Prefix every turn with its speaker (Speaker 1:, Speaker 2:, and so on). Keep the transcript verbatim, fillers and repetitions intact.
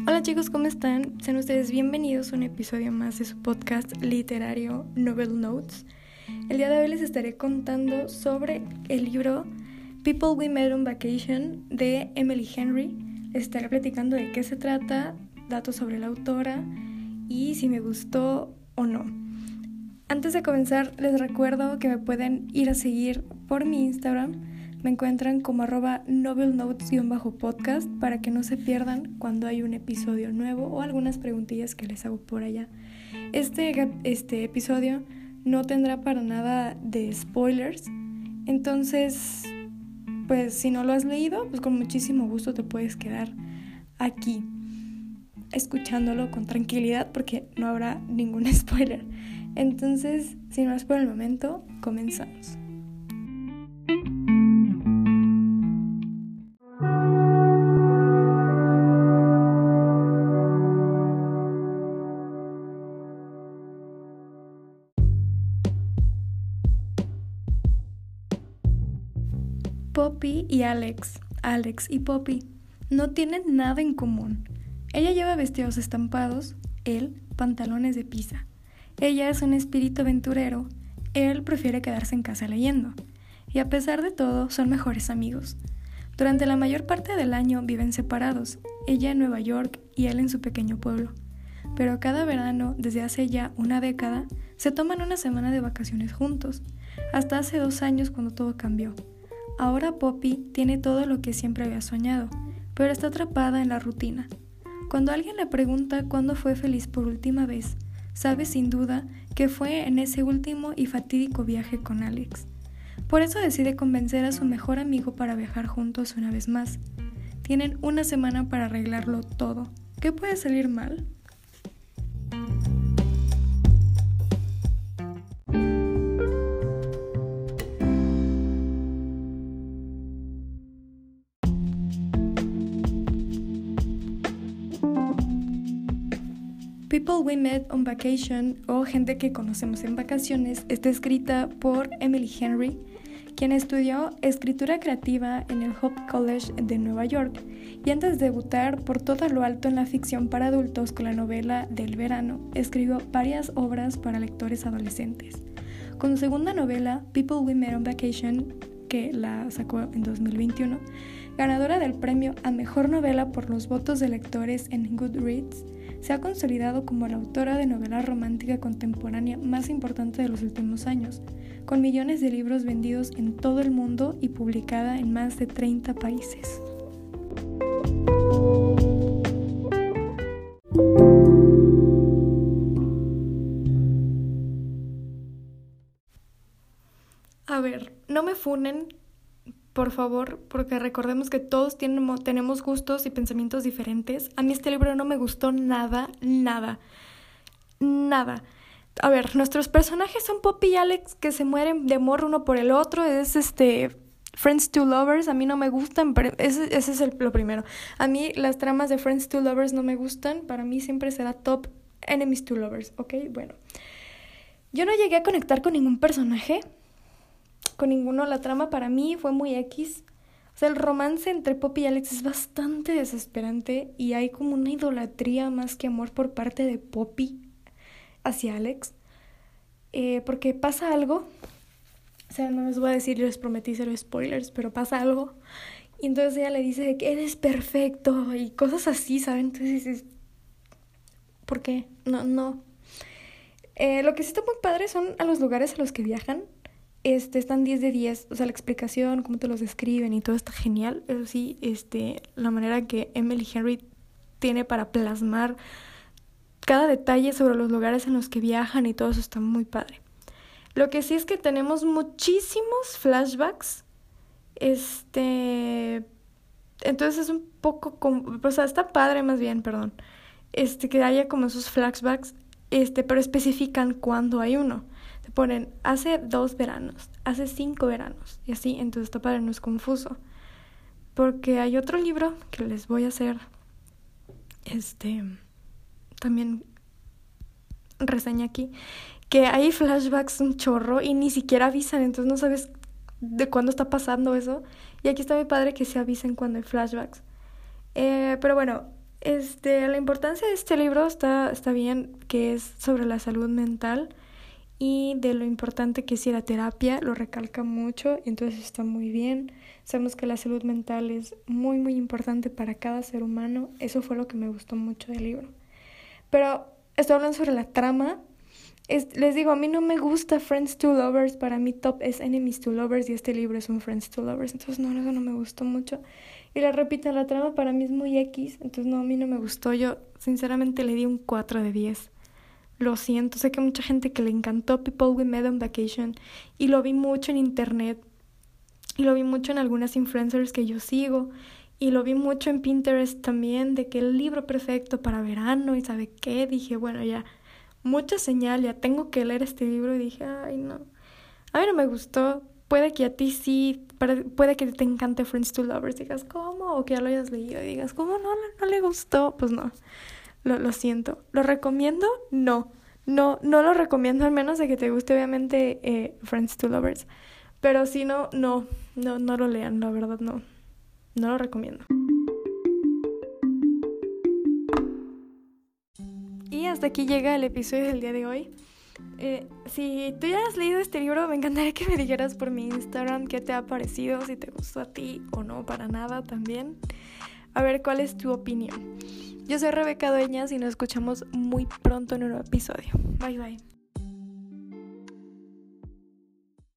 Speaker 1: Hola chicos, ¿cómo están? Sean ustedes bienvenidos a un episodio más de su podcast literario Novel Notes. El día de hoy les estaré contando sobre el libro People We Met on Vacation de Emily Henry. Les estaré platicando de qué se trata, datos sobre la autora y si me gustó o no. Antes de comenzar, les recuerdo que me pueden ir a seguir por mi Instagram. Me encuentran como arroba novelnotes-podcast para que no se pierdan cuando hay un episodio nuevo o algunas preguntillas que les hago por allá. Este, este episodio no tendrá para nada de spoilers, entonces, pues si no lo has leído, pues con muchísimo gusto te puedes quedar aquí escuchándolo con tranquilidad porque no habrá ningún spoiler. Entonces, sin más por el momento, comenzamos. Poppy y Alex, Alex y Poppy, no tienen nada en común. Ella lleva vestidos estampados, él pantalones de pisa. Ella es un espíritu aventurero, él prefiere quedarse en casa leyendo. Y a pesar de todo, son mejores amigos. Durante la mayor parte del año viven separados, ella en Nueva York y él en su pequeño pueblo. Pero cada verano, desde hace ya una década, se toman una semana de vacaciones juntos, hasta hace dos años cuando todo cambió. Ahora Poppy tiene todo lo que siempre había soñado, pero está atrapada en la rutina. Cuando alguien le pregunta cuándo fue feliz por última vez, sabe sin duda que fue en ese último y fatídico viaje con Alex. Por eso decide convencer a su mejor amigo para viajar juntos una vez más. Tienen una semana para arreglarlo todo. ¿Qué puede salir mal? People We Met on Vacation, o Gente que conocemos en vacaciones, está escrita por Emily Henry, quien estudió escritura creativa en el Hope College de Nueva York y antes de debutar por todo lo alto en la ficción para adultos con la novela Del Verano, escribió varias obras para lectores adolescentes. Con su segunda novela, People We Met on Vacation, que la sacó en dos mil veintiuno, ganadora del premio a Mejor Novela por los votos de lectores en Goodreads, se ha consolidado como la autora de novela romántica contemporánea más importante de los últimos años, con millones de libros vendidos en todo el mundo y publicada en más de treinta países. A ver, no me funen, por favor, porque recordemos que todos tienen, tenemos gustos y pensamientos diferentes. A mí este libro no me gustó nada, nada, nada. A ver, nuestros personajes son Poppy y Alex que se mueren de amor uno por el otro. Es este Friends to Lovers, a mí no me gustan, pero ese, ese es el, lo primero. A mí las tramas de Friends to Lovers no me gustan, para mí siempre será top Enemies to Lovers, ¿ok? Bueno, yo no llegué a conectar con ningún personaje. Con ninguno. La trama para mí fue muy X. O sea, el romance entre Poppy y Alex es bastante desesperante y hay como una idolatría más que amor por parte de Poppy hacia Alex. Eh, porque pasa algo. O sea, no les voy a decir, les prometí cero spoilers, pero pasa algo. Y entonces ella le dice que eres perfecto y cosas así, ¿saben? Entonces dices, ¿por qué? No, no. Eh, lo que sí está muy padre son a los lugares a los que viajan. Este, están diez de diez, o sea, la explicación, cómo te los describen y todo está genial. Eso sí, este, la manera que Emily Henry tiene para plasmar cada detalle sobre los lugares en los que viajan y todo eso está muy padre. Lo que sí es que tenemos muchísimos flashbacks. Este, entonces es un poco, como, o sea, está padre más bien, perdón, este, que haya como esos flashbacks, este, pero especifican cuándo hay uno. Te ponen hace dos veranos, hace cinco veranos y así, entonces está padre, no es confuso. Porque hay otro libro que les voy a hacer este también reseña aquí, que hay flashbacks un chorro y ni siquiera avisan, entonces no sabes de cuándo está pasando eso. Y aquí está muy padre que se avisen cuando hay flashbacks. Eh, pero bueno, Este, la importancia de este libro está, está bien, que es sobre la salud mental y de lo importante que es ir a terapia, lo recalca mucho, entonces está muy bien. Sabemos que la salud mental es muy, muy importante para cada ser humano. Eso fue lo que me gustó mucho del libro. Pero estoy hablando sobre la trama. Es, les digo, a mí no me gusta Friends to Lovers. Para mí top es Enemies to Lovers y este libro es un Friends to Lovers. Entonces no, eso no me gustó mucho. Y la repito, la trama para mí es muy X. Entonces no, a mí no me gustó. Yo sinceramente le di un cuatro de diez. Lo siento, sé que hay mucha gente que le encantó People We Met on Vacation y lo vi mucho en internet y lo vi mucho en algunas influencers que yo sigo y lo vi mucho en Pinterest también, de que el libro perfecto para verano y sabe qué, dije, bueno, ya, mucha señal, ya tengo que leer este libro y dije, ay no, a mí no me gustó. Puede que a ti sí, puede que te encante Friends to Lovers, digas, ¿cómo? O que ya lo hayas leído y digas, ¿cómo no, no le gustó? Pues no. Lo, lo siento. ¿Lo recomiendo? No. No, no lo recomiendo, al menos de que te guste, obviamente, eh, Friends to Lovers. Pero si no, no, no, no lo lean, la verdad, no. No lo recomiendo. Y hasta aquí llega el episodio del día de hoy. Eh, si tú ya has leído este libro, me encantaría que me dijeras por mi Instagram qué te ha parecido, si te gustó a ti o no, para nada también. A ver cuál es tu opinión. Yo soy Rebeca Dueñas y nos escuchamos muy pronto en un nuevo episodio. Bye bye.